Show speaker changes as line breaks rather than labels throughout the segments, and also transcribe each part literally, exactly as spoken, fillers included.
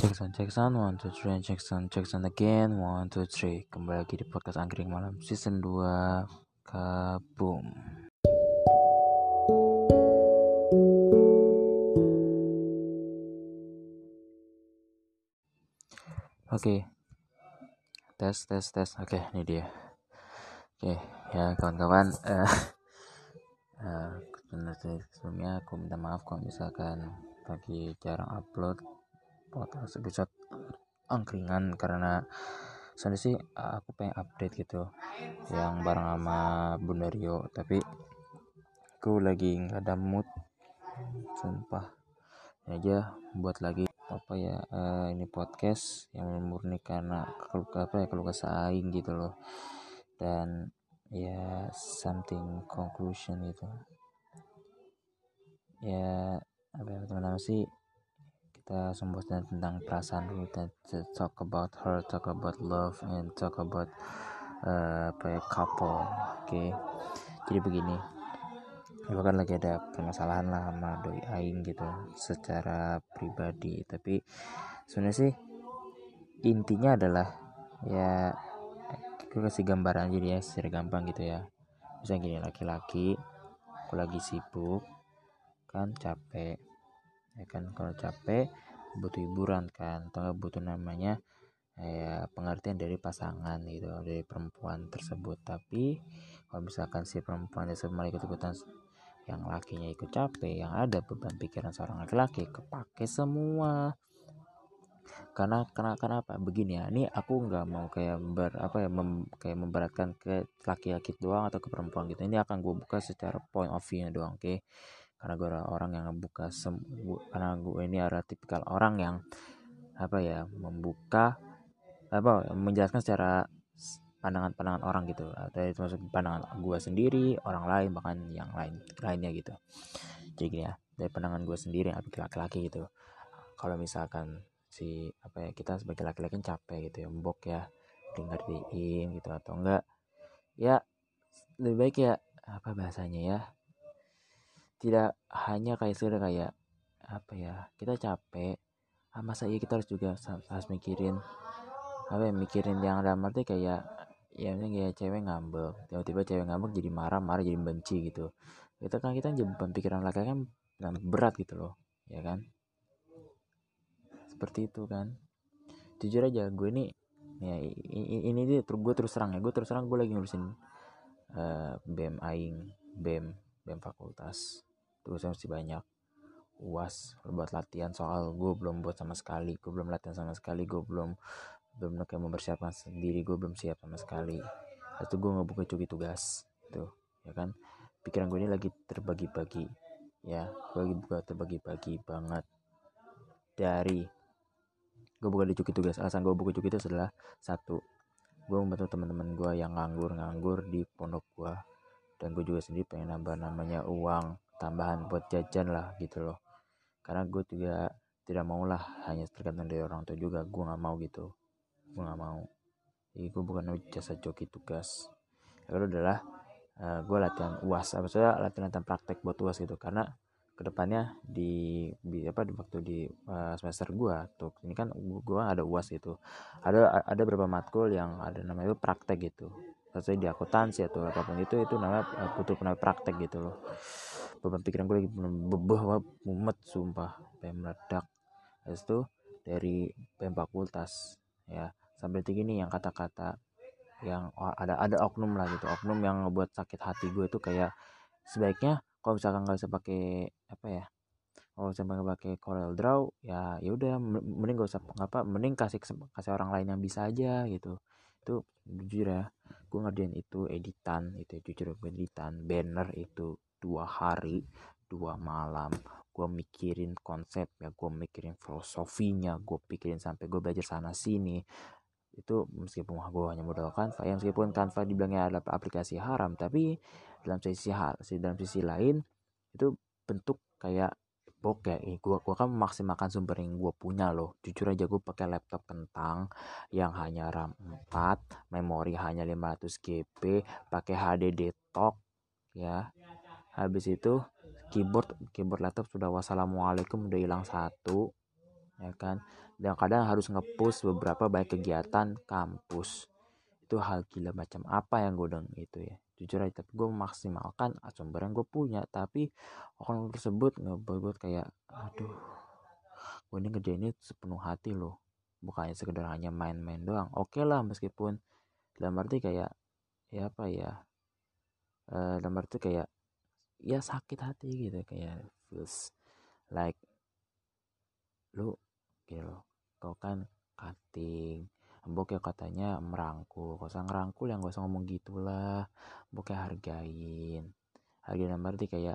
Jackson, Jackson, one, two, three, Jackson, Jackson again, one, two, three. Kembali lagi di podcast Angkring Malam season dua. Kabum. Oke. Okay. Tes, tes, tes. Oke, okay, ini dia. Oke, okay, ya kawan-kawan. Uh, uh, sebelumnya aku minta maaf kalau misalkan lagi jarang upload podcast episode angkringan karena sebenarnya sih aku pengen update gitu yang bareng sama Bunda Rio, tapi aku lagi nggak ada mood sumpah ini aja buat lagi apa ya uh, ini podcast yang murni karena keluh apa ya keluh kesah aing gitu loh, dan ya something conclusion gitu ya apa ya teman-teman sih, kita sembosan tentang perasaan dulu dan talk about her, talk about love, and talk about uh, apa ya couple. Oke, okay. Jadi begini, aku kan lagi ada permasalahan lah sama doi aing gitu secara pribadi, tapi sebenarnya sih intinya adalah ya aku kasih gambaran aja ya secara gampang gitu ya. Misalnya gini, laki-laki aku lagi sibuk kan, capek ya kan, kalau capek butuh hiburan kan, atau butuh namanya ya pengertian dari pasangan gitu, dari perempuan tersebut. Tapi kalau misalkan si perempuan tersebut malah ikut-ikutan, yang lakinya ikut capek, yang ada beban pikiran seorang laki-laki kepake semua. Karena karena kenapa begini ya, ini aku nggak mau kayak ber apa ya mem, kayak memberatkan ke laki-laki doang atau ke perempuan gitu. Ini akan gue buka secara point of view doang, oke okay? Karena gue orang yang membuka sem- karena gue ini adalah tipikal orang yang apa ya membuka apa menjelaskan secara pandangan-pandangan orang gitu, atau itu maksud pandangan gue sendiri, orang lain, bahkan yang lain lainnya gitu. Jadi gini ya, dari pandangan gue sendiri yang laki-laki gitu, kalau misalkan si apa ya kita sebagai laki-laki capek gitu ya, mbok ya dengerin gitu atau enggak ya, lebih baik ya apa bahasanya ya, tidak hanya kayak sudah kayak apa ya kita capek, ah, masa iya kita harus juga harus mikirin apa ya mikirin yang dalam arti kayak ya misalnya kayak cewek ngambek, tiba-tiba cewek ngambek jadi marah-marah jadi benci gitu. Kita kan kita jadi beban pikiran laki-laki kan berat gitu loh, ya kan, seperti itu kan. Jujur aja gue nih ya ini, ini dia gue terus terang ya gue terus terang gue lagi ngurusin uh, bem aing, bem bem fakultas, tugasnya masih banyak, uas buat latihan soal gue belum buat sama sekali, gue belum latihan sama sekali, gue belum belum kayak mempersiapkan sendiri, gue belum siap sama sekali. Itu gue ngebuka cuci tugas tuh ya kan, pikiran gue ini lagi terbagi-bagi ya, gue lagi buka terbagi-bagi banget. Dari gue buka di cuci tugas, alasan gue buka cuci itu adalah satu, gue membantu teman-teman gue yang nganggur-nganggur di pondok gue, dan gue juga sendiri pengen nambah namanya uang tambahan buat jajan lah gitu loh, karena gue juga tidak mau lah hanya tergantung dari orang tua juga, gue nggak mau gitu, gue nggak mau. Jadi gue bukan jasa joki tugas. Lalu adalah uh, gue latihan uas, apa saja latihan-latihan praktek buat uas gitu, karena kedepannya di, di apa di waktu di uh, semester gue tuh ini kan gue ada uas gitu, ada ada beberapa matkul yang ada namanya itu praktek gitu, sesuai di akuntansi atau apapun itu itu namanya uh, butuh pernah praktek gitu loh. Beban pikiran gue lagi bebeh mumet sumpah, pengen meledak. Habis itu dari B E M fakultas ya, sampai tinggi nih yang kata-kata yang ada ada oknum lah gitu, oknum yang ngebuat sakit hati gue tuh kayak sebaiknya kalau misalkan nggak bisa pakai apa ya, kalau misalkan pakai Corel Draw ya ya udah mending gak usah apa, mending kasih kasih orang lain yang bisa aja gitu. Itu jujur ya, gue ngerjain itu editan itu jujur gue editan banner itu dua hari dua malam, gue mikirin konsep ya, gue mikirin filosofinya, gue pikirin sampai gue belajar sana sini. Itu meskipun gue hanya modal Canva, yang meskipun Canva dibilangnya adalah aplikasi haram, tapi dalam sisi hal dalam sisi lain itu bentuk kayak bokeh. Eh, gue gua kan memaksimalkan sumber yang gue punya loh. Jujur aja gue pakai laptop kentang yang hanya RAM empat, memori hanya lima ratus gigabyte, pakai H D D dock ya. Habis itu keyboard keyboard laptop sudah wassalamualaikum udah hilang satu ya kan, dan kadang harus nge-push beberapa baik kegiatan kampus. Itu hal gila macam apa yang gue dong itu ya, jujur aja. Tapi gue memaksimalkan sumber yang gue punya, tapi orang tersebut ngebuat kayak aduh, gue ini ngerjainnya sepenuh hati loh, bukannya sekedar hanya main-main doang. Oke okay lah, meskipun dalam arti kayak ya apa ya, uh, dalam arti kayak ya sakit hati gitu, kayak feels like lu gitu, kau kan cutting mbok ya katanya merangkul, gak usah ngerangkul, yang gak usah ngomong gitulah, mbok ya hargain, hargain dalam arti kayak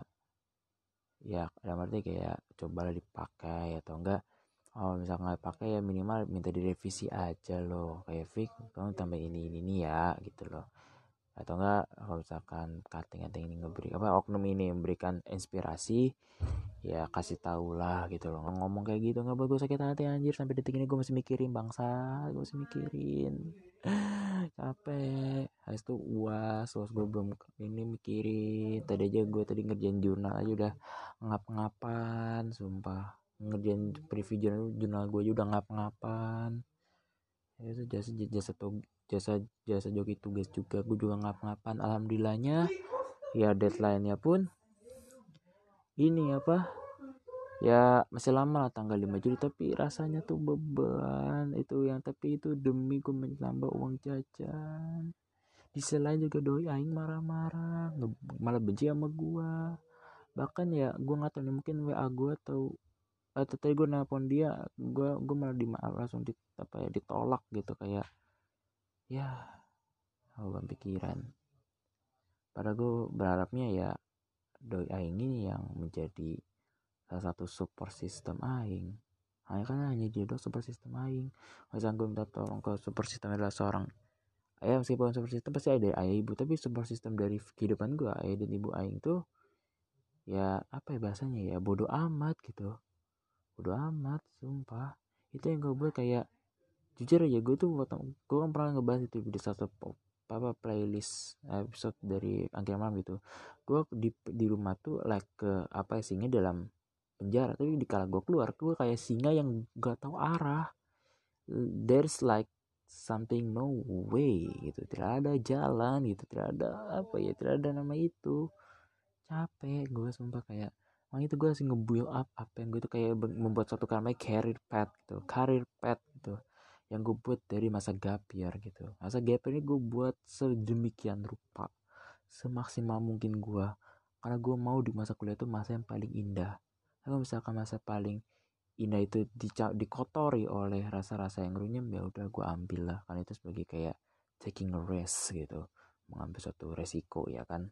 ya dalam arti kayak cobalah dipakai, atau enggak oh misalnya nggak pakai ya minimal minta direvisi aja loh, kayak Fik kamu tambah ini ini ini ya gitu loh. Atau enggak kalau misalkan cutting-cutting ini ngeberi apa oknum ini memberikan inspirasi, ya kasih tau lah gitu loh. Ngomong kayak gitu nggak bagus, sakit hati anjir, sampai detik ini gue masih mikirin bangsa, gue masih mikirin. Capek. Habis itu uas uas gue belum ini mikirin, tadi aja gue tadi ngerjain jurnal aja udah ngap-ngapan, sumpah ngerjain preview jurnal, jurnal gue aja udah ngap-ngapan. Ya itu jasa jasa jasa jasa joki tugas juga gue juga ngap-ngapan. Alhamdulillahnya ya deadline-nya pun ini apa ya masih lama lah, tanggal lima Juli, tapi rasanya tuh beban itu yang, tapi itu demi gue menambah uang jajan. Di selain juga doi aing marah-marah, malah benci sama gue. Bahkan ya gue nggak tahu nih, mungkin W A gue atau atau tadi gue nelpon dia, gue gue malah di langsung di apa ya ditolak gitu, kayak ya gue pikiran. Padahal gue berharapnya ya doi aing ini yang menjadi salah satu support system aing. Hanya kan hanya dia doang support system aing. Masa gue minta tolong ke support system adalah seorang ayah, meskipun support system pasti ada ayah ibu, tapi support system dari kehidupan gue, ayah dan ibu aing tuh ya apa ya bahasanya ya, bodoh amat gitu, bodoh amat sumpah. Itu yang gue buat kayak jujur aja, gue tuh gue kan pernah ngebahas itu di satu apa playlist episode dari Angkir Malam gitu. Gue di di rumah tuh like ke apa ya, singa dalam penjara, tapi di kala gue keluar gue kayak singa yang gak tahu arah. There's like something no way gitu, tidak ada jalan gitu, tidak ada apa ya, tidak ada nama itu. Capek gue sumpah, kayak makanya itu gue harus nge-build up apa yang gue tuh kayak membuat suatu kalimat career path gitu, career path gitu, yang gue buat dari masa gap year gitu. Masa gap year ini gue buat sedemikian rupa, semaksimal mungkin gue, karena gue mau di masa kuliah itu masa yang paling indah. Kalau misalkan masa paling indah itu dica- dikotori oleh rasa-rasa yang runyem, ya udah gue ambil lah, karena itu sebagai kayak taking a risk gitu, mengambil suatu resiko ya kan.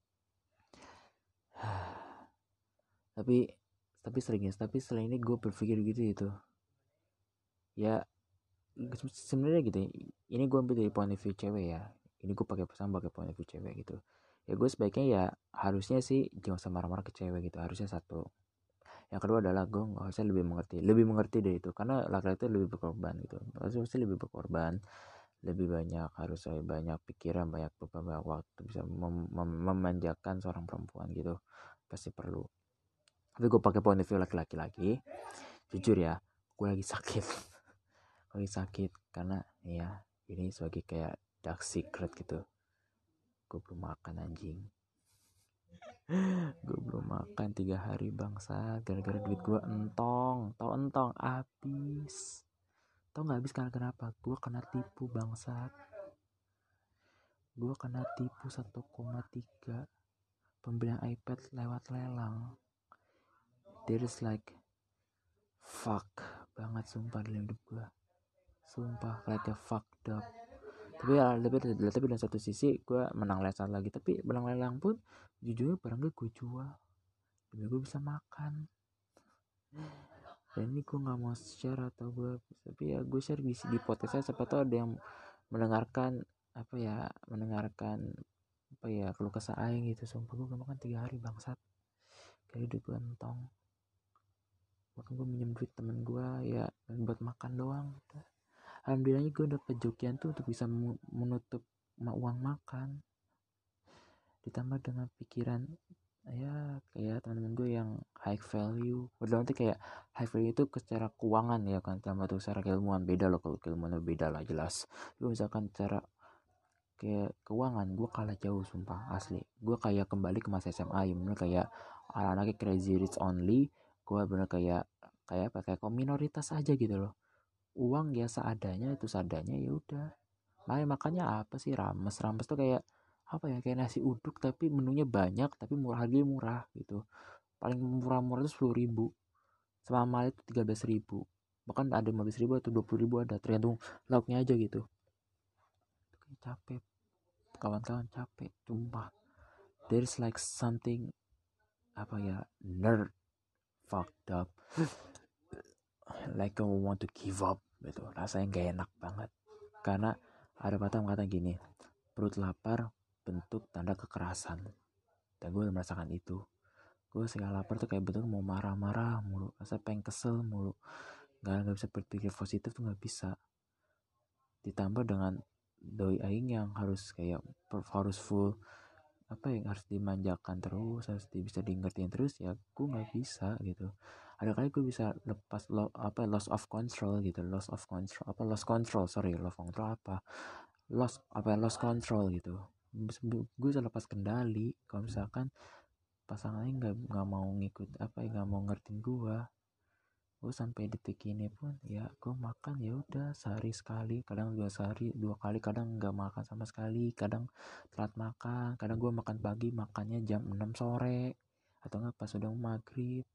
tapi tapi seringnya tapi selain ini gue berpikir gitu itu ya sebenarnya gitu. Ini gue ambil dari point of view cewek ya, ini gue pakai pesan pakai point of view cewek gitu. Ya gue sebaiknya ya harusnya sih jangan usah marah-marah ke cewek gitu, harusnya satu. Yang kedua adalah gue harusnya lebih mengerti lebih mengerti dari itu, karena laki-laki itu lebih berkorban gitu, harusnya lebih berkorban, lebih banyak, harus lebih banyak pikiran, banyak beberapa waktu, bisa mem- mem- memanjakan seorang perempuan gitu, pasti perlu. Tapi gue pakai point of view laki-laki lagi, jujur ya gue lagi sakit. Gue lagi sakit karena ya ini sebagai kayak dark secret gitu, gue belum makan anjing. Gue belum makan tiga hari bangsa, gara-gara duit gue entong, tau entong habis. Tau nggak habis karena kenapa? Gue kena tipu bangsat. Gue kena tipu satu koma tiga pembelian iPad lewat lelang. There is like fuck banget sumpah dalam hidup gue. Sumpah like a fucked up. Tapi ya tapi, tapi dalam satu sisi gue menang lelang lagi. Tapi menang lelang pun jujur barangnya gue jual demi gue bisa makan. Dan ini gue nggak mau share atau gue, tapi ya gue share di, di podcast saya, siapa tahu ada yang mendengarkan apa ya, mendengarkan apa ya keluh kesah aing gitu. Sumpah gue gak makan tiga hari bangsat, kayak hidup gue entong. Bahkan gue minjem duit temen gue ya buat makan doang. Alhamdulillahnya gue dapet jokian tuh untuk bisa menutup uang makan, ditambah dengan pikiran ya kayak teman-teman gue yang high value. Padahal nanti kayak high value itu secara keuangan ya kan, sama tuh secara keilmuan beda loh. Kalau keilmuan beda lah jelas. Lu misalkan secara kayak keuangan gue kalah jauh sumpah asli. Gue kayak kembali ke masa S M A ya, bener kayak anak-anaknya crazy rich only. Gue bener kayak kayak apa kayak kok minoritas aja gitu loh. Uang ya seadanya, itu seadanya ya udah. Makanya makanya apa sih rames rames tuh kayak apa ya, kayak nasi uduk tapi menunya banyak tapi murah, harganya murah gitu. Paling murah-murah itu sepuluh ribu, selama itu tiga belas ribu, bahkan ada lima belas ribu atau dua puluh ribu, ada tergantung lauknya aja gitu. Kayak capek kawan-kawan, capek sumpah. There's like something apa ya, nerd fucked up, like I want to give up gitu, rasanya gak enak banget. Karena ada patah kata gini, perut lapar bentuk tanda kekerasan, dan gue merasakan itu. Gue sekali lapar tuh kayak betul mau marah-marah mulu, rasa pengen kesel mulu, nggak nggak bisa berpikir positif tuh nggak bisa. Ditambah dengan doi aing yang harus kayak harus full apa yang harus dimanjakan terus, harus di, bisa diingetin terus, ya gue nggak bisa gitu. Ada kali gue bisa lepas lo, apa loss of control gitu, loss of control apa loss control sorry loss control apa loss apa loss control gitu. Gue bisa lepas kendali kalau misalkan pasangannya nggak nggak mau ngikut apa ya, nggak mau ngertiin gue. Gue sampai detik ini pun ya gue makan ya udah sehari sekali, kadang dua sehari dua kali, kadang nggak makan sama sekali, kadang telat makan, kadang gue makan pagi makannya jam enam sore atau nggak pas udah maghrib.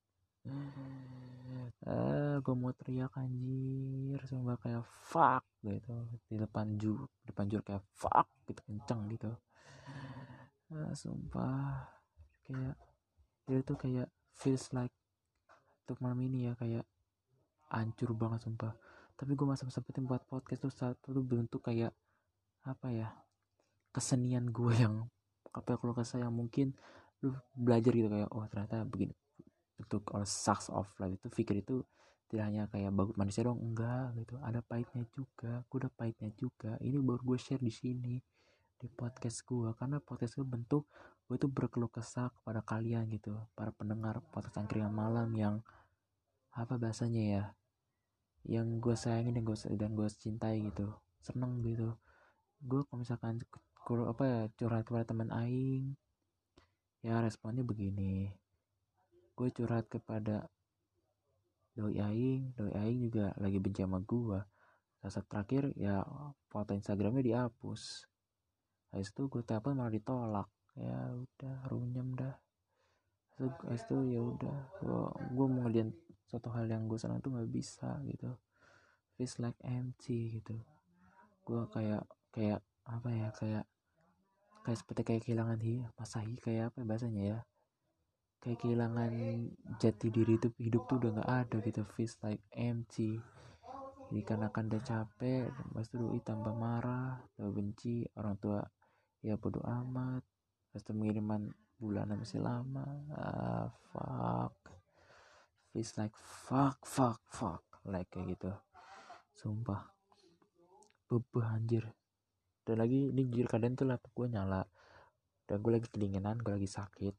Eh, gue mau teriak anjir, sumpah kayak fuck gitu di depan jur, depan jur kayak fuck gitu kenceng gitu. Ah, sumpah kayak dia tuh kayak feels like untuk malam ini ya kayak hancur banget sumpah. Tapi gue masih sempetin buat podcast tuh satu tuh bentuk kayak apa ya, kesenian gue yang apa ya, kalau kesah yang mungkin lu belajar gitu kayak oh ternyata begini bentuk all sucks of life itu, pikir itu tidak hanya kayak bagus manusia dong, enggak gitu, ada pahitnya juga. Gue udah pahitnya juga, ini baru gue share di sini di podcast gue, karena podcast gue bentuk gue tuh berkeluh kesah kepada kalian gitu, para pendengar podcast angkringan malam yang apa bahasanya ya, yang gue sayangin dan gue dan gue cintai gitu, seneng gitu. Gue kalau misalkan kalau apa ya curhat kepada teman aing ya responnya begini, gue curhat kepada doi aing, doi aing juga lagi benci sama gue. Saat terakhir ya foto Instagramnya dihapus, habis itu gue telepon malah ditolak, ya udah runyem dah. Habis itu ya udah gue gue mau ngeliat suatu hal yang gue senang tuh nggak bisa gitu, feels like empty gitu. Gue kayak kayak apa ya, kayak kayak seperti kayak kehilangan hi masahi kayak apa bahasanya ya, kayak kehilangan jati diri, itu hidup tuh udah nggak ada gitu, feels like empty. Jadi karena kan udah capek, pas itu doi tambah marah, tambah benci orang tua, ya bodo amat. Pas itu pengiriman bulanan masih lama, ah fuck, feels like fuck fuck fuck like kayak gitu, sumpah bebeh anjir. Dan lagi ini jujur keadaan tuh laptop gue nyala dan gue lagi kedinginan, gue lagi sakit.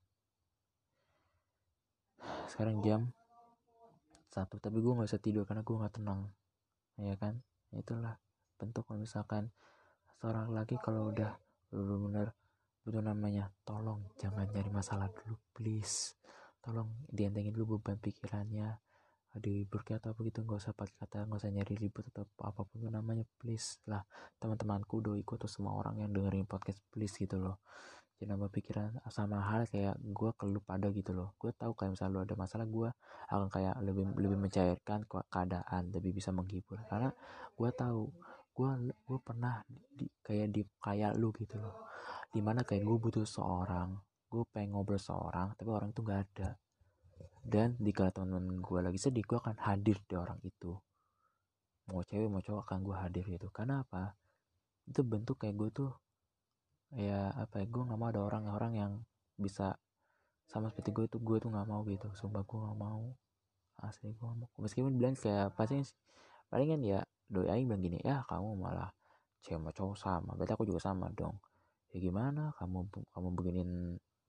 Sekarang jam satu tapi gue nggak bisa tidur karena gue nggak tenang, ya kan. Itulah bentuk kalau misalkan seorang laki kalau udah benar-benar butuh namanya, tolong jangan nyari masalah dulu please, tolong dientengin dulu beban pikirannya, dihibur kayak atau begitu, nggak usah pakai kata, nggak usah nyari ribut atau apapun itu namanya, please lah. Teman-temanku, doiku atau semua orang yang dengerin podcast, please gitu loh, jangan berpikiran sama hal kayak gue ke lu pada gitu loh. Gue tahu kayak misalnya lu ada masalah, gue akan kayak lebih lebih mencairkan keadaan, lebih bisa menghibur, karena gue tahu gue gue pernah di, kayak di kayak lu gitu loh, dimana kayak gue butuh seorang, gue pengen ngobrol seorang tapi orang itu nggak ada. Dan di kala teman-teman gue lagi sedih, gue akan hadir di orang itu, mau cewek mau cowok akan gue hadir gitu. Karena apa, itu bentuk kayak gue tuh ya apa ya, gue nggak mau ada orang-orang yang bisa sama seperti gue tuh, gue tuh nggak mau gitu, sumpah gue nggak mau, asli gue nggak mau. Meskipun bilang kayak pasti palingan ya doi aing bilang gini, ya kamu malah cewek sama cowok sama, berarti aku juga sama dong. Ya gimana kamu kamu beginin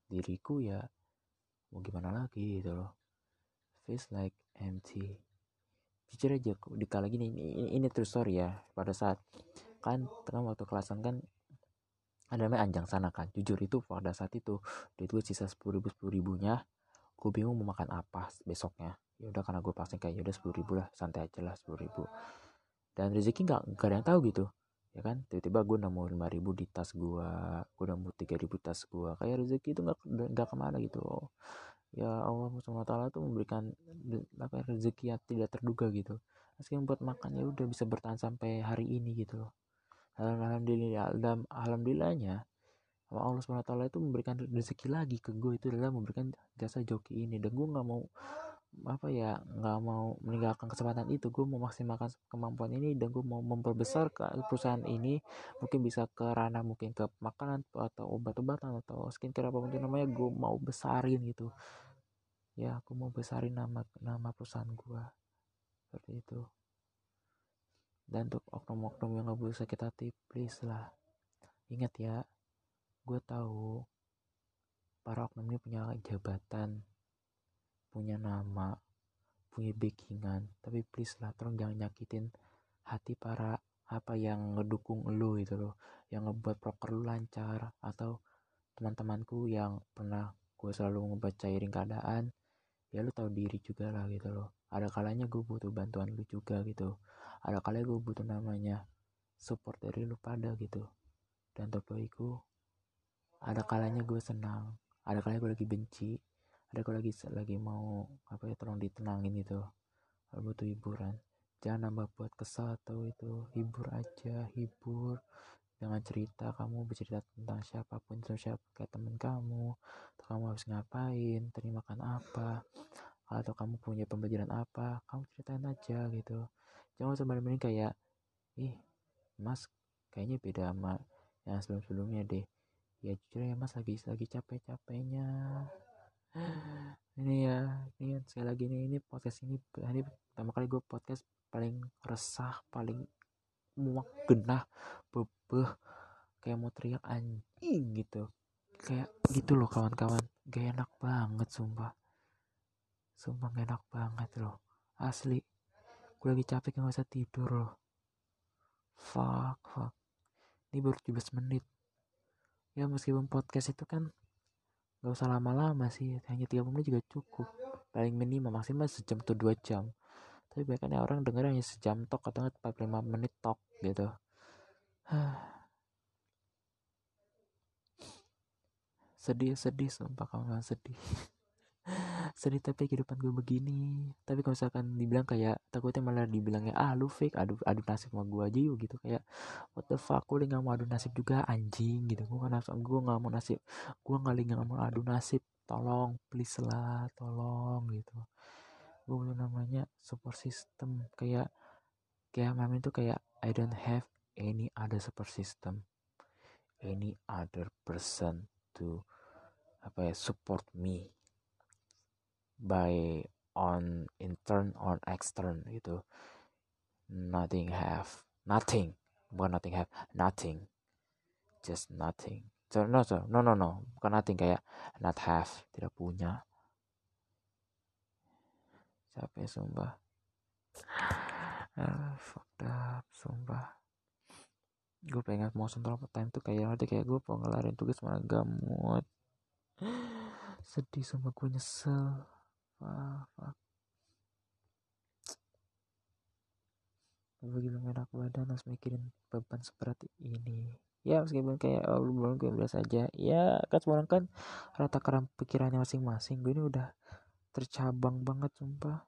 diriku ya mau gimana lagi gitu loh, feels like empty. Jujur aja di kala gini, ini, ini true story ya. Pada saat kan kan waktu kelasan kan ada namanya Anjang Sana kan, jujur itu pada saat itu duit gue sisa sepuluh ribu sepuluh ribunya, gue bingung mau makan apa besoknya. Ya udah karena gue pasang kayak ya udah sepuluh ribu lah, santai aja lah sepuluh ribu. Dan rezeki nggak nggak ada yang tahu gitu ya kan, tiba-tiba gue nemu lima ribu di tas gue gue nemu tiga ribu tas gue, kayak rezeki itu nggak nggak kemana gitu. Ya Allah subhanahu wa taala tuh memberikan apa rezeki yang tidak terduga gitu, meski buat makan ya udah bisa bertahan sampai hari ini gitu loh. Alhamdulillah, alhamdulillahnya Allah subhanahu wa taala itu memberikan rezeki lagi ke gue, itu adalah memberikan jasa joki ini. Dan gue nggak mau apa ya nggak mau meninggalkan kesempatan itu, gue mau maksimalkan kemampuan ini dan gue mau memperbesar ke perusahaan ini, mungkin bisa ke ranah mungkin ke makanan atau obat-obatan atau skincare apapun itu namanya, gue mau besarin gitu ya, aku mau besarin nama nama perusahaan gue seperti itu. Dan untuk oknum-oknum yang nggak boleh sakit hati, please lah ingat ya, gue tahu para oknum ini punya jabatan, punya nama, punya backingan, tapi please lah tolong jangan nyakitin hati para apa yang ngedukung lu itu loh, yang ngebuat proker lu lancar, atau teman-temanku yang pernah gue selalu ngebacairin keadaan. Ya lu tahu diri juga lah gitu loh, ada kalanya gue butuh bantuan lu juga gitu, ada kalanya gue butuh namanya support dari lu pada gitu. Dan terbaikku, ada kalanya gue senang, ada kalanya gue lagi benci, ada gue lagi lagi mau apa ya, tolong ditenangin gitu. Kalau butuh hiburan, jangan nambah buat kesal atau itu, hibur aja, hibur. Jangan cerita, kamu bercerita tentang siapapun itu, siapa kayak temen kamu, atau kamu harus ngapain, tadi makan apa, atau kamu punya pembelajaran apa, kamu ceritain aja gitu. Jangan sebenarnya kayak, ih mas kayaknya beda sama yang sebelum-sebelumnya deh. Ya jujur ya mas, lagi lagi capek-capeknya ini ya. Ini sekali lagi nih, ini podcast ini ini pertama kali gue podcast paling resah, paling muak, genah, bebeh, kayak mau teriak anjing gitu, kayak gitu loh kawan-kawan. Gak enak banget sumpah, sumpah gak enak banget loh asli. Gue lagi capek gak bisa tidur loh. Fuck fuck Ini baru tujuh belas menit ya, meskipun podcast itu kan gak usah lama-lama sih, hanya tiga puluh menit juga cukup, paling minimal maksimal sejam atau dua jam. Tapi biasanya orang denger hanya sejam tok atau empat puluh lima menit tok gitu. Sedih-sedih sumpah kawan, sedih. Sedih tapi kehidupan gue begini. Tapi kalau misalkan dibilang kayak, takutnya malah dibilangnya ah lu fake, adu adu nasib sama gue aja yuk gitu, kayak what the fuck, gue nggak mau adu nasib juga anjing gitu. Gue kan gue nggak mau nasib, gue nggak nggak mau adu nasib, tolong please lah, tolong gitu. Gue butuh namanya support system, kayak kayak mami tuh kayak I don't have any other support system, any other person to apa ya support me by on intern or extern gitu. Nothing have, nothing, bukan nothing have, nothing, just nothing. So no so no no no bukan nothing, kayak not have, tidak punya. Capek sumpah. Ah, fucked up sumpah. Gue pengen mau sentuh time tuh kayak nanti kayak gue mau ngelarin tugas malah gak mood. Sedih sumpah, gue nyesel. Wah, fuck. Begitu enak badan harus mikirin beban seperti ini. Ya meskipun kayak oh, belum gue biasa aja. Ya kan semua orang kan rata keram pikirannya masing-masing. Gue ini udah tercabang banget sumpah.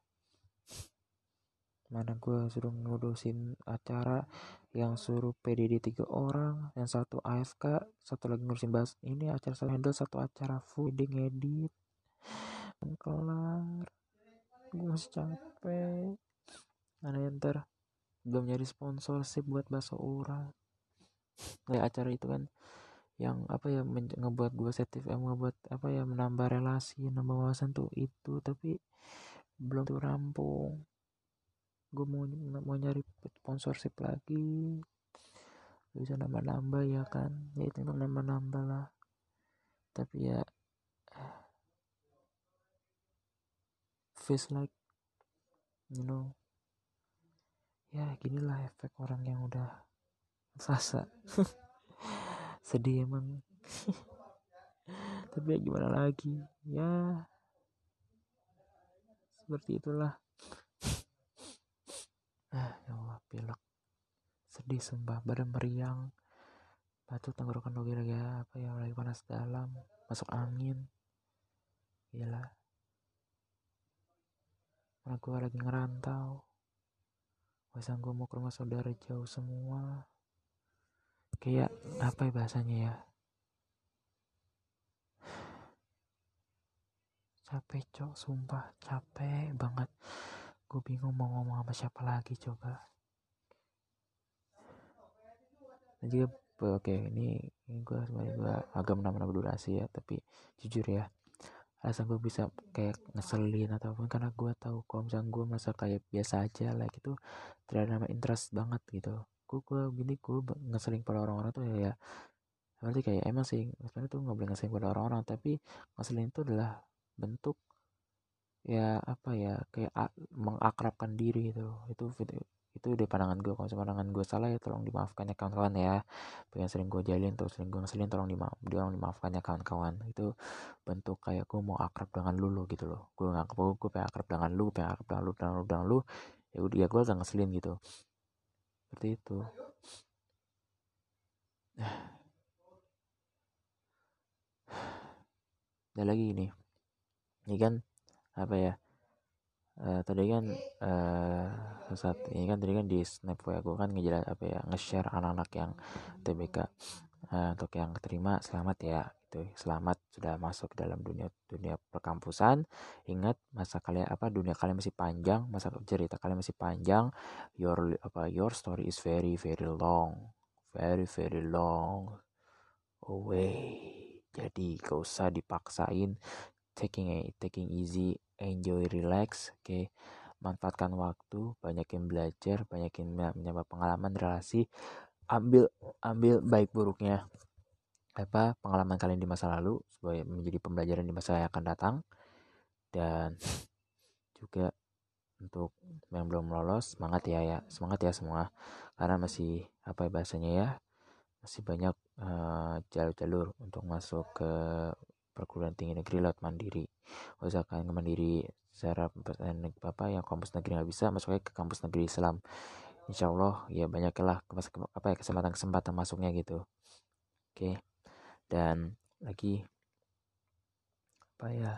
Mana gue suruh ngurusin acara, yang suruh P D D tiga orang, yang satu A F K, satu lagi ngurusin bahas ini acara, satu handle satu acara full ngedit kelar. Gue masih capek. Mana yang ntar belum nyari sponsorship buat bakso orang. Kayak acara itu kan yang apa ya men- ngebuat gue setif, eh, ngebuat apa ya menambah relasi, menambah wawasan tuh itu, tapi belum tuh rampung. Gue mau mau nyari sponsorship lagi, bisa nambah-nambah ya kan, ya itu emang nambah-nambah lah. Tapi ya feels like, you know, ya ginilah efek orang yang udah fasa. Sedih emang. Tapi ya gimana lagi, ya seperti itulah. Ah ya Allah, pilek, sedih sumpah, badan meriang, batuk, tenggorokan lagi lagi apa ya, lagi panas dalam, masuk angin, gila. Karena gue lagi ngerantau, biasanya gue mau ke rumah saudara jauh semua, kayak apa ya bahasanya ya, capek cok, sumpah capek banget. Gue bingung mau ngomong sama siapa lagi coba. Dan juga oke okay, ini, ini gue sebenarnya gue agak menambah durasi ya, tapi jujur ya, alasan gue bisa kayak ngeselin ataupun karena gue tahu kalau misalnya gue merasa kayak biasa aja, like itu tidak ada interest banget gitu. Gue gue gini gue ngeselin pada orang-orang tuh ya, ya berarti kayak emang sih sebenarnya tuh nggak boleh ngeselin pada orang-orang, tapi ngeselin itu adalah bentuk ya apa ya, kayak a- mengakrabkan diri gitu. Itu video itu dari pandangan gue. Kalau pandangan gue salah ya tolong dimaafkan ya kawan-kawan ya. Pengen sering gue jalin tuh, sering gue ngeselin, tolong dimaaf tolong dimaafkan ya kawan-kawan. Itu bentuk kayak gue mau akrab dengan lu lo gitu loh. Gue nganggep gue gue pengen akrab dengan lu, pengen akrab dengan lu, dengan lu, dengan lu. Ya udah ya gue gak ngeselin gitu. Seperti itu. Dan lagi ini, ini kan apa ya? Uh, tadi kan uh, saat ini kan tadi kan di snap ya gue kan ngejelas apa ya, nge-share anak-anak yang T B K. Uh, untuk yang keterima selamat ya, itu selamat sudah masuk dalam dunia dunia perkampusan. Ingat masa kalian apa dunia kalian masih panjang, masa cerita kalian masih panjang. Your apa your story is very very long, very very long away. Jadi gak usah dipaksain, taking a, taking easy, enjoy, relax, oke. Okay? Manfaatkan waktu, banyakin belajar, banyakin menambah pengalaman, relasi, ambil ambil baik buruknya apa pengalaman kalian di masa lalu supaya menjadi pembelajaran di masa yang akan datang. Dan juga untuk yang belum lolos, semangat ya ya semangat ya semua, karena masih apa ya bahasanya ya, masih banyak uh, jalur-jalur untuk masuk ke perguruan tinggi negeri lewat mandiri. Usahakan ke mandiri secara apa yang kampus negeri nggak bisa, masuk ke kampus negeri Islam. Insya Allah ya banyaklah apa ya kesempatan-kesempatan masuknya gitu. Oke. Dan lagi apa ya?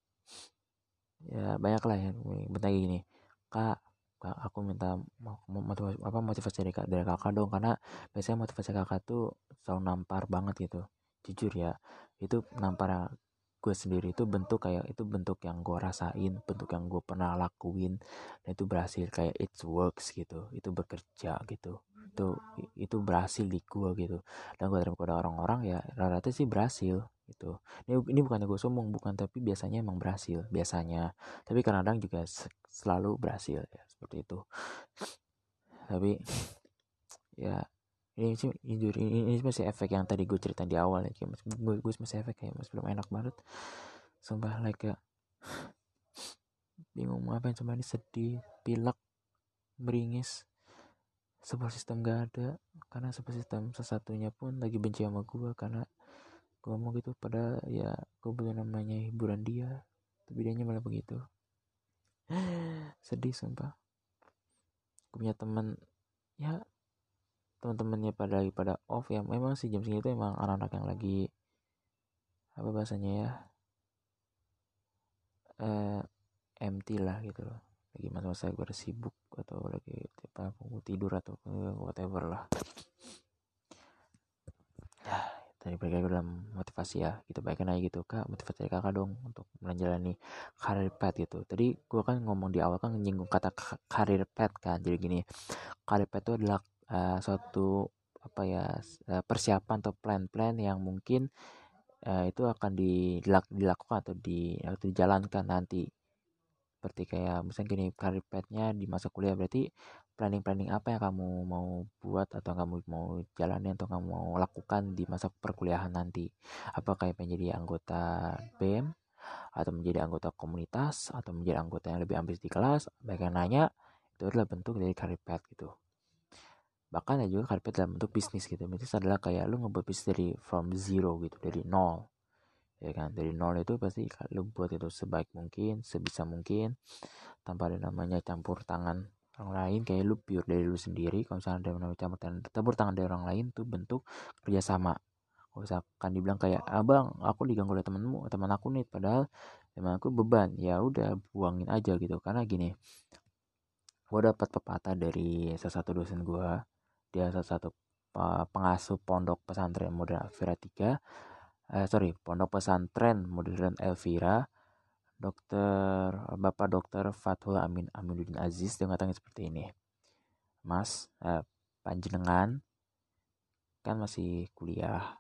Ya banyak lah ya. Bentar gini. Kak, Kak, aku minta motivasi apa motivasi dari, dari kakak dong, karena biasanya motivasi kakak tuh selalu nampar banget gitu. Jujur ya, itu nampar gue sendiri, itu bentuk kayak itu bentuk yang gue rasain, bentuk yang gue pernah lakuin, dan itu berhasil, kayak it works gitu, itu bekerja gitu, itu itu berhasil di gue gitu. Dan gue terima kepada orang-orang ya rata-rata sih berhasil gitu. Ini ini bukannya gue sombong, bukan, tapi biasanya emang berhasil biasanya, tapi kadang-kadang juga selalu berhasil ya seperti itu. Tapi ya ini sih ini, ini, ini masih efek yang tadi gue cerita di awal ya, kayak gue, gue masih efek kayak masih belum enak banget sumpah, like kayak bingung mau ngapain, cuma ini sedih, pilek, meringis, support system gak ada, karena support system sesatunya pun lagi benci sama gue karena gue ngomong gitu, padahal ya gue butuh namanya hiburan dia, tapi dianya malah begitu. Sedih sumpah. Gue punya teman ya, teman-temannya pada lagi pada off ya, memang sih jam segitu emang anak-anak yang lagi apa bahasanya ya, eh, empty lah gitu loh, lagi masa-masa bersibuk atau lagi apa tidur atau whatever lah. Ya tadi balik lagi dalam motivasi ya, kita baikkan aja gitu, kak motivasi dari kakak dong untuk menjalani karir path gitu. Tadi gue kan ngomong di awal kan nyinggung kata karir path kan, jadi gini, karir path itu adalah uh, suatu apa ya uh, persiapan atau plan-plan yang mungkin uh, itu akan dilak, dilakukan atau di atau dijalankan nanti. Seperti kayak misalnya gini, karir path-nya di masa kuliah, berarti planning-planning apa yang kamu mau buat atau kamu mau jalani atau kamu mau lakukan di masa perkuliahan nanti. Apa kayak pengen jadi anggota B E M, atau menjadi anggota komunitas, atau menjadi anggota yang lebih ambis di kelas, mereka nanya, itu adalah bentuk dari career path gitu. Bahkan ada juga career path dalam bentuk bisnis gitu. Bisnis adalah kayak lu ngebuat bisnis dari from zero gitu, dari nol. Ya kan, dari nol itu pasti lu buat itu sebaik mungkin, sebisa mungkin, tanpa ada namanya campur tangan orang lain. Kayak lu pure dari lu sendiri. Kalau misalnya ada namanya campur tangan, campur tangan dari orang lain tuh bentuk kerjasama. Kalau misalkan dibilang kayak, abang aku diganggu oleh temanmu, teman aku nih, padahal teman aku beban, ya udah buangin aja gitu. Karena gini, gue dapat pepatah dari salah satu dosen gue, dia salah satu uh, pengasuh pondok pesantren modern Elvira tiga, eh, sorry pondok pesantren modern Elvira, dokter bapak dokter Fathul Amin Aminuddin Aziz. Dia mengatakan seperti ini, mas, eh, panjenengan kan masih kuliah,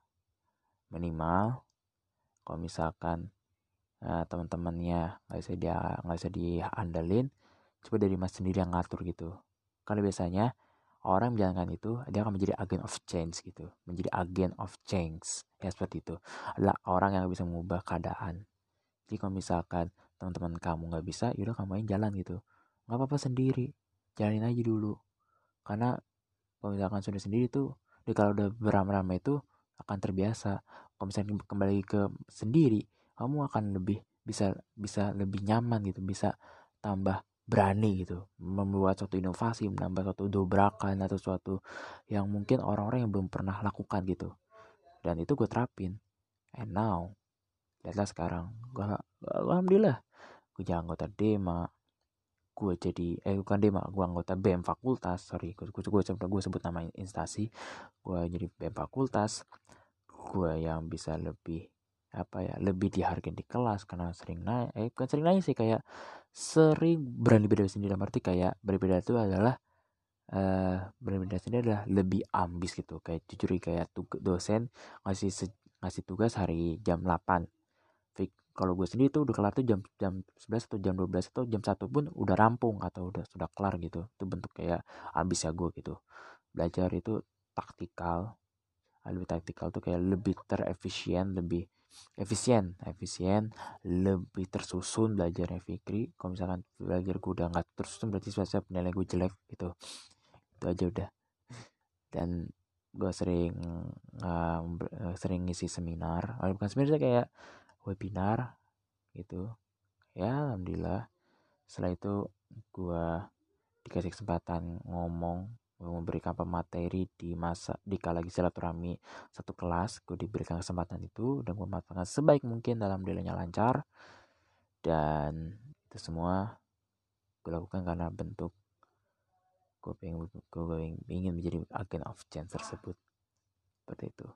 minimal kalau misalkan uh, teman-temannya nggak bisa dia nggak bisa diandalin, coba dari mas sendiri yang ngatur gitu. Karena biasanya orang menjalankan itu, dia akan menjadi agent of change gitu, menjadi agent of change ya, seperti itu, adalah orang yang bisa mengubah keadaan. Jadi kalau misalkan teman-teman kamu nggak bisa, yaudah kamu yang jalan gitu, nggak apa-apa sendiri, jalanin aja dulu. Karena kalau misalkan sudah sendiri tuh, dia kalau udah beramai-ramai itu akan terbiasa. Kalau misalnya kembali ke sendiri, kamu akan lebih bisa bisa lebih nyaman gitu, bisa tambah berani gitu, membuat suatu inovasi, menambah suatu dobrakan atau suatu yang mungkin orang-orang yang belum pernah lakukan gitu. Dan itu gue terapin, and now lihatlah sekarang, gue alhamdulillah gue jadi anggota Dema, gue jadi eh bukan Dema, gue anggota B E M fakultas, sorry gue gue gue, gue sebut nama instansi, gue jadi B E M fakultas, gue yang bisa lebih apa ya, lebih dihargai di kelas karena sering naik, eh bukan sering naik sih, kayak sering berani beda sendiri. Dalam arti kayak berbeda itu adalah eh berbeda sendiri adalah lebih ambis gitu. Kayak jujur kayak tugas dosen ngasih se- ngasih tugas hari jam delapan, Fik, kalau gue sendiri tuh udah kelar tuh jam jam sebelas atau jam dua belas atau jam satu pun udah rampung atau udah sudah kelar gitu. Itu bentuk kayak ambis ya gue gitu. Belajar itu taktikal, lebih taktikal tuh kayak lebih terefisien, lebih efisien efisien lebih tersusun belajarnya Fikri. Kalau misalkan belajar gue udah nggak tersusun, berarti saya penilai gue jelek gitu. Itu aja udah. Dan gue sering uh, sering ngisi seminar, oh, bukan seminar, kayak webinar gitu ya. Alhamdulillah setelah itu gue dikasih kesempatan ngomong, memberikan pemateri di masa di kala lagi silaturahmi satu kelas. Gue diberikan kesempatan itu dan gue memanfaatkan sebaik mungkin, dalam nilainya lancar. Dan itu semua gue lakukan karena bentuk gue pengen gue ingin menjadi agen of change tersebut. Seperti itu.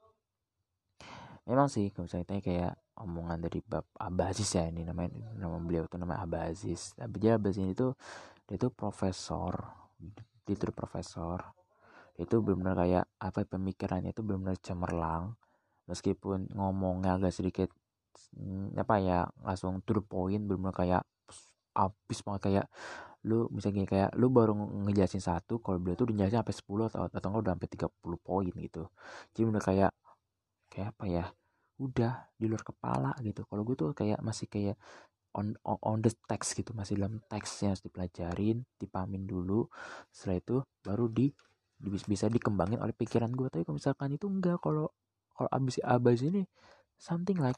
Memang sih kalau misalnya kayak omongan dari Bab Abah Aziz ya, ini namanya, nama beliau tuh namanya Abah Aziz. Abah Aziz ini tuh dia tuh profesor, dia tuh profesor, itu benar-benar kayak apa, pemikirannya itu benar-benar cemerlang, meskipun ngomongnya agak sedikit apa ya, langsung to the point, benar-benar kayak abis banget. Kayak lu misalnya kayak lu baru ngejelasin satu, kalau beliau tuh udah ngejelasin sampai sepuluh atau atau enggak udah sampai tiga puluh poin gitu. Jadi benar kayak kayak apa ya, udah di luar kepala gitu. Kalau gue tuh kayak masih kayak on, on on the text gitu, masih dalam teksnya, harus dipelajarin, dipamin dulu, setelah itu baru di, di bisa dikembangin oleh pikiran gue. Tapi kalau misalkan itu enggak, kalau kalau abis abis ini something like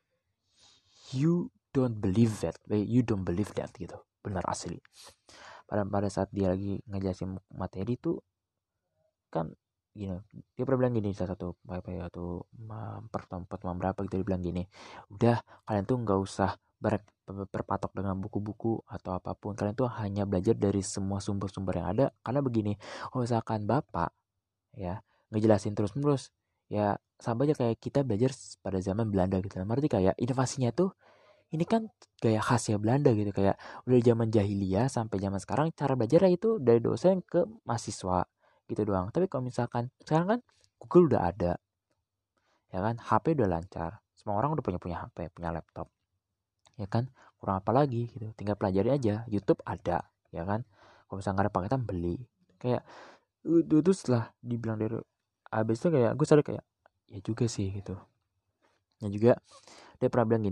you don't believe that, you don't believe that gitu, benar asli. Pada pada saat dia lagi ngejelasin materi tuh kan gini, dia pernah bilang gini, salah satu apa ya tuh pertemuan berapa gitu, dia bilang gini, udah kalian tuh nggak usah ber, berpatok dengan buku-buku atau apapun, kalian tuh hanya belajar dari semua sumber-sumber yang ada. Karena begini, kalau misalkan bapak ya ngejelasin terus-menerus, ya sama aja kayak kita belajar pada zaman Belanda gitu. Berarti kayak inovasinya tuh ini kan gaya khasnya Belanda gitu, kayak udah zaman jahiliyah sampai zaman sekarang cara belajar itu dari dosen ke mahasiswa gitu doang. Tapi kalau misalkan sekarang kan Google udah ada, ya kan, H P udah lancar, semua orang udah punya punya H P, punya laptop, ya kan, kurang apa lagi gitu, tinggal pelajari aja, YouTube ada, ya kan. Kalau misalkan nggak ada paketan beli. Kayak itu, itu setelah dibilang dari abis itu kayak gue sadar kayak ya juga sih gitu. Ya juga dia pernah bilang gini,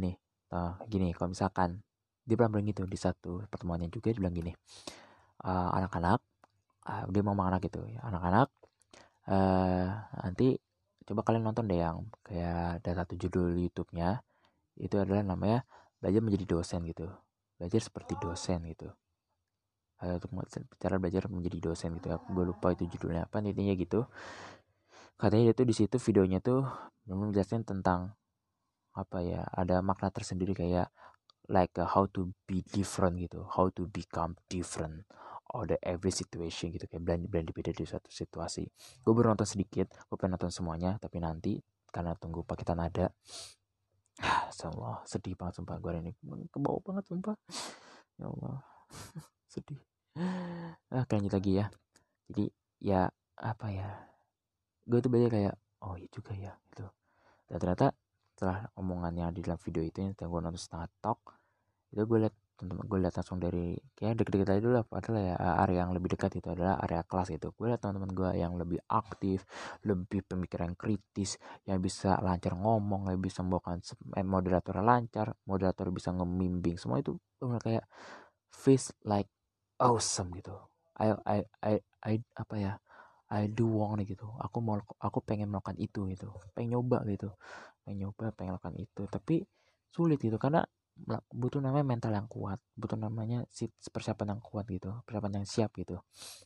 Nah, gini, kalau misalkan dia pernah bilang gitu di satu pertemuannya juga, dia bilang gini, uh, anak-anak, uh, dia mau anak gitu ya, anak-anak, uh, nanti coba kalian nonton deh yang kayak ada satu judul YouTube-nya, itu adalah namanya belajar menjadi dosen gitu, belajar seperti dosen gitu, uh, untuk cara belajar menjadi dosen gitu ya, gue lupa itu judulnya apa, intinya gitu. Katanya itu di situ videonya tuh menjelaskan tentang apa ya, ada makna tersendiri kayak like uh, how to be different gitu, how to become different or the every situation gitu, kayak blend blend beda di suatu situasi. Gue baru nonton sedikit, gue pengen nonton semuanya tapi nanti karena tunggu paketan ada. Ah, Allah, sedih banget sumpah, gue ini kebawa banget sumpah, ya Allah. Sedih. Ah, lanjut lagi ya. Jadi ya apa ya, gue tuh banyak kayak oh iya juga ya gitu. Dan ternyata setelah omongan yang di dalam video itu yang gue nonton setengah talk, itu gue lihat teman-teman, gue lihat langsung dari kayak deket-deket aja dulu lah, padahal ya area yang lebih dekat itu adalah area kelas gitu. Gue lihat teman-teman gue yang lebih aktif, lebih pemikiran kritis, yang bisa lancar ngomong, yang bisa membawakan eh, moderator lancar, moderator bisa ngembimbing, semua itu benar kayak face like awesome gitu. I I I, I apa ya, I do want gitu. Aku mau, aku pengen melakukan itu gitu. Pengen nyoba gitu. Pengen nyoba, pengen melakukan itu. Tapi sulit gitu karena butuh namanya mental yang kuat, butuh namanya persiapan yang kuat gitu, persiapan yang siap gitu.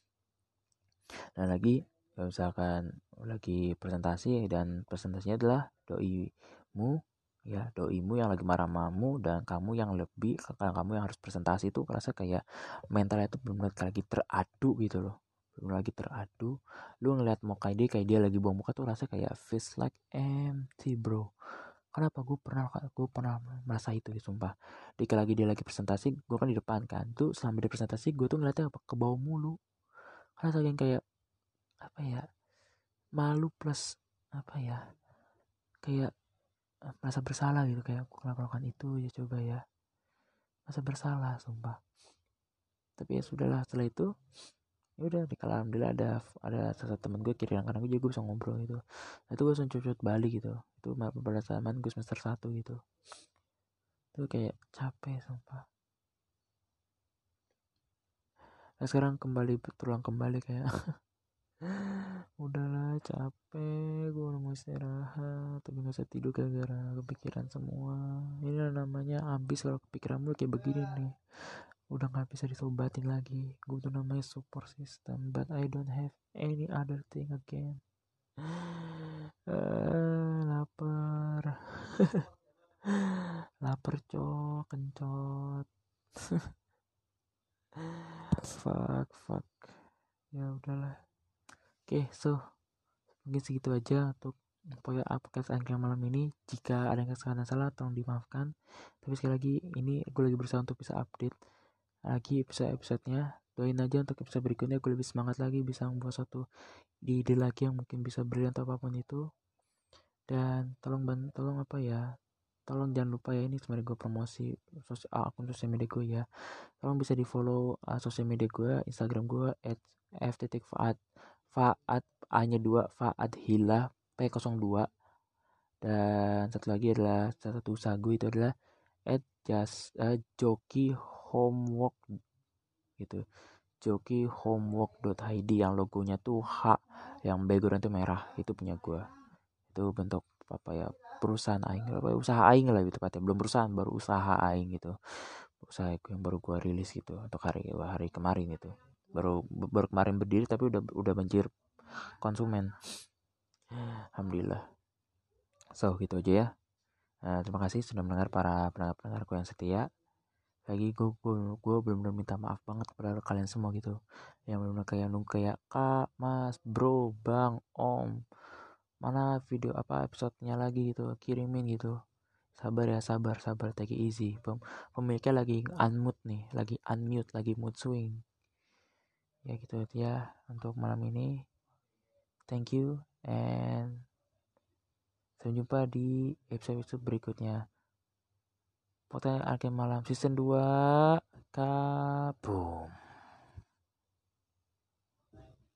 Dan lagi misalkan lagi presentasi dan presentasinya adalah doimu ya, doimu yang lagi marah mamu dan kamu yang lebih karena kamu yang harus presentasi itu, kerasa kayak mentalnya itu belum lagi teradu gitu loh, belum lagi teradu. Lu ngeliat muka dia kayak dia lagi buang muka tuh, rasa kayak feels like empty bro. Kenapa? Gue pernah gue pernah merasa itu ya sumpah. Dika lagi dia lagi presentasi, gue kan di depan kan tuh, selama dia presentasi gue tuh ngeliatnya ke bawah mulu, karena saking kayak apa ya, malu plus apa ya, kayak merasa bersalah gitu, kayak aku melakukan itu ya, coba ya, merasa bersalah sumpah. Tapi ya sudahlah, setelah itu ya udah, alhamdulillah ada ada salah satu temen gue kiri kanan gue, jadi gue bisa ngobrol gitu. Nah, itu gue langsung cut balik gitu, itu pada zaman gue semester satu gitu. Itu kayak capek sumpah. Nah sekarang kembali terulang kembali kayak udahlah capek, gue udah mau istirahat tapi gak usah tidur gara-gara kepikiran semua. Ini namanya ambis, kalau kepikiran lu kayak begini nih udah gak bisa disobatin lagi. Gue tuh namanya support system, but I don't have any other thing again. uh, lapar lapar cok, kencot. fuck fuck ya udahlah. Oke, okay, so mungkin segitu aja untuk podcast Angkring malam ini. Jika ada yang kesalahan salah tolong dimaafkan. Tapi sekali lagi ini gue lagi berusaha untuk bisa update lagi episode-episodenya. Doain aja untuk episode berikutnya gue lebih semangat lagi, bisa membuat satu ide lagi yang mungkin bisa brilliant atau apapun itu. Dan tolong bantu, tolong apa ya, tolong jangan lupa ya, ini sebenarnya gue promosi sosial, akun sosial media gue ya. Tolong bisa di follow uh, sosial media gue, Instagram gue at f titik faad faad a nya dua faad hila p nol dua, dan satu lagi adalah satu usaha gue itu adalah at just uh, joki homework gitu, joki homework dot i d yang logonya tuh H, yang background itu merah, itu punya gue. Itu bentuk apa ya, perusahaan aing, apa usaha aing lah gitu tepatnya, belum perusahaan, baru usaha aing gitu, usaha yang baru gue rilis gitu untuk hari hari kemarin itu, baru baru kemarin berdiri tapi udah udah banjir konsumen, alhamdulillah. So gitu aja ya. Nah, terima kasih sudah mendengar para pendengar-pendengarku yang setia. Lagi gue gue gue benar-benar minta maaf banget kepada kalian semua gitu, yang benar-benar kayak nunggu kayak kak, mas, bro, bang, om, mana video apa episodenya lagi gitu, kirimin gitu. Sabar ya, sabar sabar, take it easy. Pem pemiliknya lagi unmute nih, lagi unmute, lagi mood swing. Ya gitu ya untuk malam ini. Thank you and sampai jumpa di episode-episode berikutnya. Podcast Arke Malam season dua. Kaboom.